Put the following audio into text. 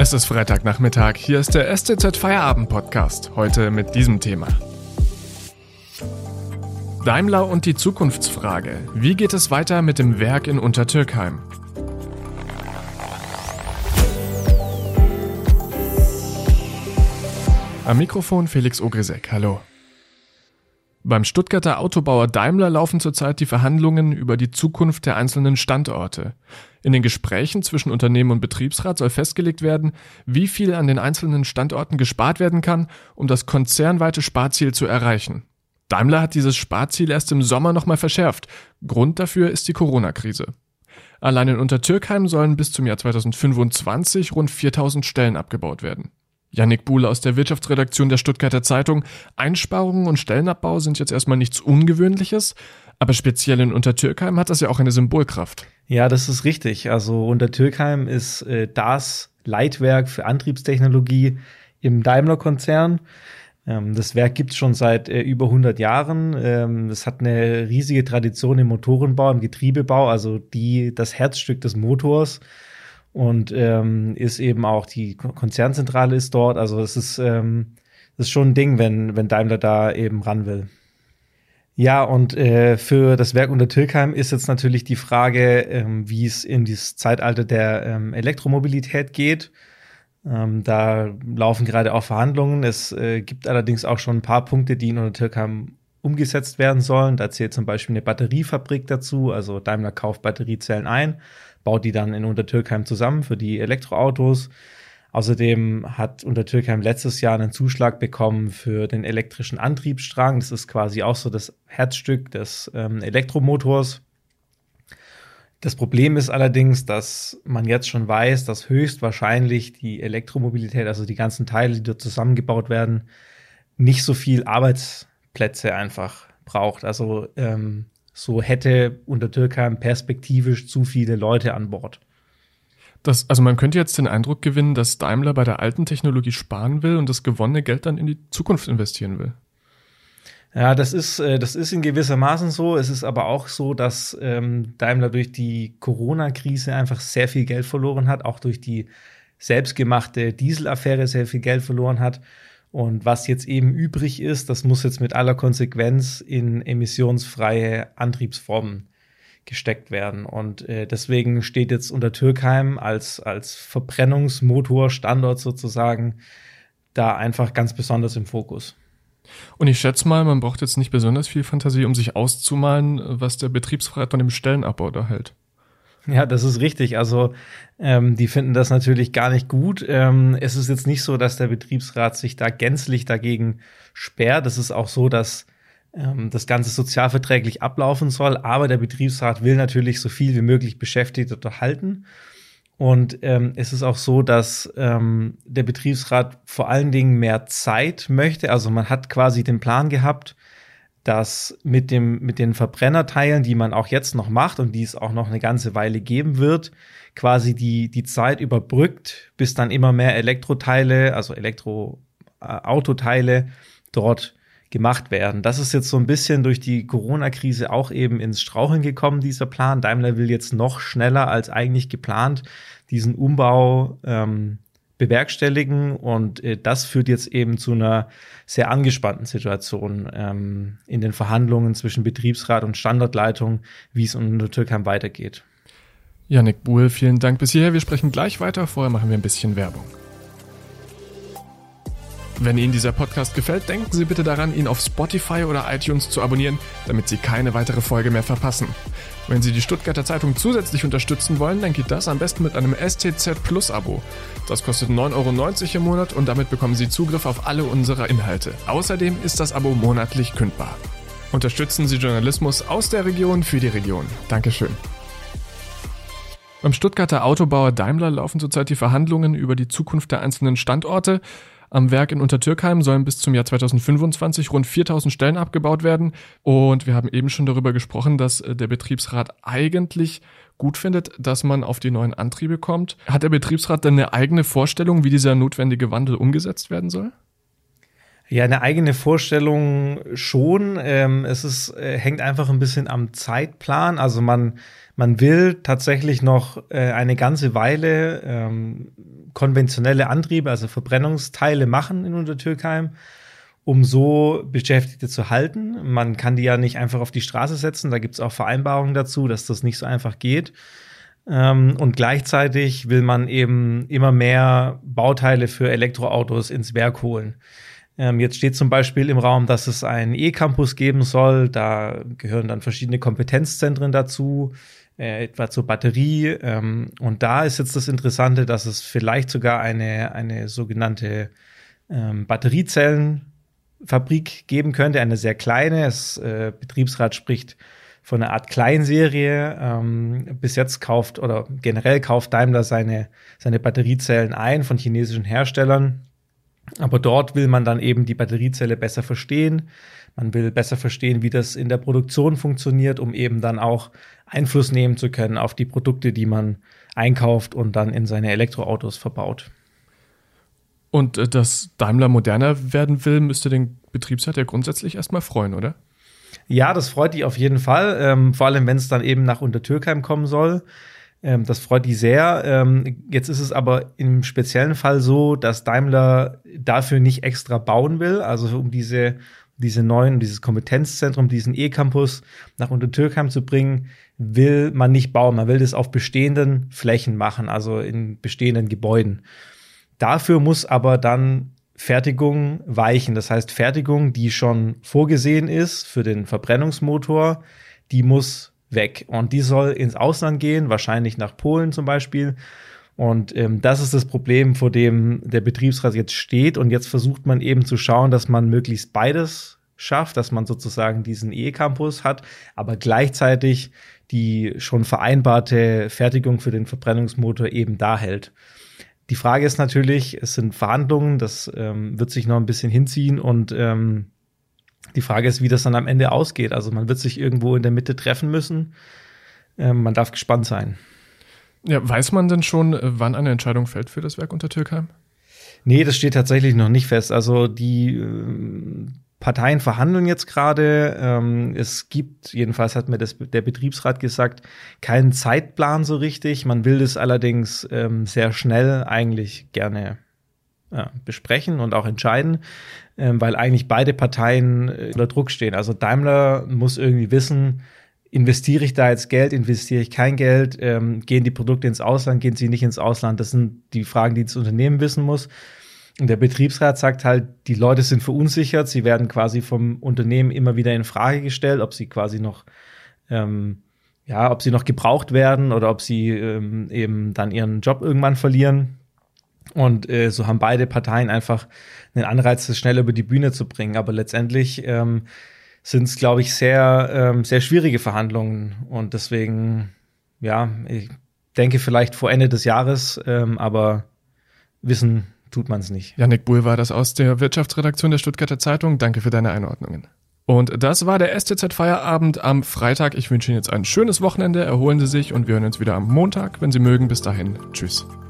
Es ist Freitagnachmittag, hier ist der STZ Feierabend Podcast, heute mit diesem Thema. Daimler und die Zukunftsfrage. Wie geht es weiter mit dem Werk in Untertürkheim? Am Mikrofon Felix Ogrisek, hallo. Beim Stuttgarter Autobauer Daimler laufen zurzeit die Verhandlungen über die Zukunft der einzelnen Standorte. In den Gesprächen zwischen Unternehmen und Betriebsrat soll festgelegt werden, wie viel an den einzelnen Standorten gespart werden kann, um das konzernweite Sparziel zu erreichen. Daimler hat dieses Sparziel erst im Sommer nochmal verschärft. Grund dafür ist die Corona-Krise. Allein in Untertürkheim sollen bis zum Jahr 2025 rund 4000 Stellen abgebaut werden. Yannick Buhle aus der Wirtschaftsredaktion der Stuttgarter Zeitung. Einsparungen und Stellenabbau sind jetzt erstmal nichts Ungewöhnliches, aber speziell in Untertürkheim hat das ja auch eine Symbolkraft. Ja, das ist richtig. Also Untertürkheim ist das Leitwerk für Antriebstechnologie im Daimler-Konzern. Das Werk gibt es schon seit über 100 Jahren. Es hat eine riesige Tradition im Motorenbau, im Getriebebau, also das Herzstück des Motors. Und ist eben auch die Konzernzentrale ist dort. Also das ist schon ein Ding, wenn Daimler da eben ran will. Ja, und für das Werk Untertürkheim ist jetzt natürlich die Frage, wie es in dieses Zeitalter der Elektromobilität geht. Da laufen gerade auch Verhandlungen. Es gibt allerdings auch schon ein paar Punkte, die in Untertürkheim umgesetzt werden sollen. Da zählt zum Beispiel eine Batteriefabrik dazu. Also Daimler kauft Batteriezellen ein, baut die dann in Untertürkheim zusammen für die Elektroautos. Außerdem hat Untertürkheim letztes Jahr einen Zuschlag bekommen für den elektrischen Antriebsstrang. Das ist quasi auch so das Herzstück des Elektromotors. Das Problem ist allerdings, dass man jetzt schon weiß, dass höchstwahrscheinlich die Elektromobilität, also die ganzen Teile, die dort zusammengebaut werden, nicht so viel Arbeitsplätze einfach braucht. Also so hätte Untertürkheim perspektivisch zu viele Leute an Bord. Also man könnte jetzt den Eindruck gewinnen, dass Daimler bei der alten Technologie sparen will und das gewonnene Geld dann in die Zukunft investieren will. Ja, das ist in gewissermaßen so. Es ist aber auch so, dass Daimler durch die Corona-Krise einfach sehr viel Geld verloren hat, auch durch die selbstgemachte Dieselaffäre sehr viel Geld verloren hat. Und was jetzt eben übrig ist, das muss jetzt mit aller Konsequenz in emissionsfreie Antriebsformen gesteckt werden. Und deswegen steht jetzt Untertürkheim als Verbrennungsmotorstandort sozusagen da einfach ganz besonders im Fokus. Und ich schätze mal, man braucht jetzt nicht besonders viel Fantasie, um sich auszumalen, was der Betriebsrat von dem Stellenabbau da hält. Ja, das ist richtig. Also die finden das natürlich gar nicht gut. Es ist jetzt nicht so, dass der Betriebsrat sich da gänzlich dagegen sperrt. Es ist auch so, dass das Ganze sozialverträglich ablaufen soll. Aber der Betriebsrat will natürlich so viel wie möglich Beschäftigte dort halten. Und es ist auch so, dass der Betriebsrat vor allen Dingen mehr Zeit möchte. Also man hat quasi den Plan gehabt, dass mit den Verbrennerteilen, die man auch jetzt noch macht und die es auch noch eine ganze Weile geben wird, quasi die Zeit überbrückt, bis dann immer mehr Elektroteile, also Elektroautoteile dort gemacht werden. Das ist jetzt so ein bisschen durch die Corona-Krise auch eben ins Straucheln gekommen, dieser Plan. Daimler will jetzt noch schneller als eigentlich geplant diesen Umbau bewerkstelligen und das führt jetzt eben zu einer sehr angespannten Situation in den Verhandlungen zwischen Betriebsrat und Standortleitung, wie es in Untertürkheim weitergeht. Yannick Buhle, vielen Dank bis hierher. Wir sprechen gleich weiter. Vorher machen wir ein bisschen Werbung. Wenn Ihnen dieser Podcast gefällt, denken Sie bitte daran, ihn auf Spotify oder iTunes zu abonnieren, damit Sie keine weitere Folge mehr verpassen. Wenn Sie die Stuttgarter Zeitung zusätzlich unterstützen wollen, dann geht das am besten mit einem STZ Plus Abo. Das kostet 9,90 € im Monat und damit bekommen Sie Zugriff auf alle unsere Inhalte. Außerdem ist das Abo monatlich kündbar. Unterstützen Sie Journalismus aus der Region für die Region. Dankeschön. Beim Stuttgarter Autobauer Daimler laufen zurzeit die Verhandlungen über die Zukunft der einzelnen Standorte. Am Werk in Untertürkheim sollen bis zum Jahr 2025 rund 4000 Stellen abgebaut werden. Und wir haben eben schon darüber gesprochen, dass der Betriebsrat eigentlich gut findet, dass man auf die neuen Antriebe kommt. Hat der Betriebsrat denn eine eigene Vorstellung, wie dieser notwendige Wandel umgesetzt werden soll? Ja, eine eigene Vorstellung schon. Hängt einfach ein bisschen am Zeitplan. Also man will tatsächlich noch eine ganze Weile konventionelle Antriebe, also Verbrennungsteile machen in Untertürkheim, um so Beschäftigte zu halten. Man kann die ja nicht einfach auf die Straße setzen. Da gibt es auch Vereinbarungen dazu, dass das nicht so einfach geht. Und gleichzeitig will man eben immer mehr Bauteile für Elektroautos ins Werk holen. Jetzt steht zum Beispiel im Raum, dass es einen E-Campus geben soll. Da gehören dann verschiedene Kompetenzzentren dazu, etwa zur Batterie. Und da ist jetzt das Interessante, dass es vielleicht sogar eine sogenannte Batteriezellenfabrik geben könnte, eine sehr kleine. Das Betriebsrat spricht von einer Art Kleinserie. Bis jetzt kauft Daimler seine Batteriezellen ein von chinesischen Herstellern. Aber dort will man dann eben die Batteriezelle besser verstehen. Man will besser verstehen, wie das in der Produktion funktioniert, um eben dann auch Einfluss nehmen zu können auf die Produkte, die man einkauft und dann in seine Elektroautos verbaut. Und dass Daimler moderner werden will, müsste den Betriebsrat ja grundsätzlich erstmal freuen, oder? Ja, das freut die auf jeden Fall, vor allem wenn es dann eben nach Untertürkheim kommen soll. Das freut die sehr. Jetzt ist es aber im speziellen Fall so, dass Daimler dafür nicht extra bauen will, also um dieses Kompetenzzentrum, diesen E-Campus nach Untertürkheim zu bringen, will man nicht bauen. Man will das auf bestehenden Flächen machen, also in bestehenden Gebäuden. Dafür muss aber dann Fertigung weichen. Das heißt, Fertigung, die schon vorgesehen ist für den Verbrennungsmotor, die muss weg. Und die soll ins Ausland gehen, wahrscheinlich nach Polen zum Beispiel. Und das ist das Problem, vor dem der Betriebsrat jetzt steht. Und jetzt versucht man eben zu schauen, dass man möglichst beides schafft, dass man sozusagen diesen E-Campus hat, aber gleichzeitig die schon vereinbarte Fertigung für den Verbrennungsmotor eben da hält. Die Frage ist natürlich, es sind Verhandlungen, das wird sich noch ein bisschen hinziehen und die Frage ist, wie das dann am Ende ausgeht. Also man wird sich irgendwo in der Mitte treffen müssen. Man darf gespannt sein. Ja, weiß man denn schon, wann eine Entscheidung fällt für das Werk Untertürkheim? Nee, das steht tatsächlich noch nicht fest. Also die Parteien verhandeln jetzt gerade. Es gibt, jedenfalls hat mir der Betriebsrat gesagt, keinen Zeitplan so richtig. Man will das allerdings sehr schnell eigentlich gerne besprechen und auch entscheiden, weil eigentlich beide Parteien unter Druck stehen. Also Daimler muss irgendwie wissen, investiere ich da jetzt Geld, investiere ich kein Geld, gehen die Produkte ins Ausland, gehen sie nicht ins Ausland? Das sind die Fragen, die das Unternehmen wissen muss. Und der Betriebsrat sagt halt, die Leute sind verunsichert, sie werden quasi vom Unternehmen immer wieder in Frage gestellt, ob sie quasi noch ob sie noch gebraucht werden oder ob sie eben dann ihren Job irgendwann verlieren. Und so haben beide Parteien einfach einen Anreiz, das schnell über die Bühne zu bringen. Aber letztendlich sind es, glaube ich, sehr, sehr schwierige Verhandlungen. Und deswegen, ich denke vielleicht vor Ende des Jahres, aber wissen tut man es nicht. Yannick Buhl war das aus der Wirtschaftsredaktion der Stuttgarter Zeitung. Danke für deine Einordnungen. Und das war der STZ-Feierabend am Freitag. Ich wünsche Ihnen jetzt ein schönes Wochenende. Erholen Sie sich und wir hören uns wieder am Montag, wenn Sie mögen. Bis dahin. Tschüss.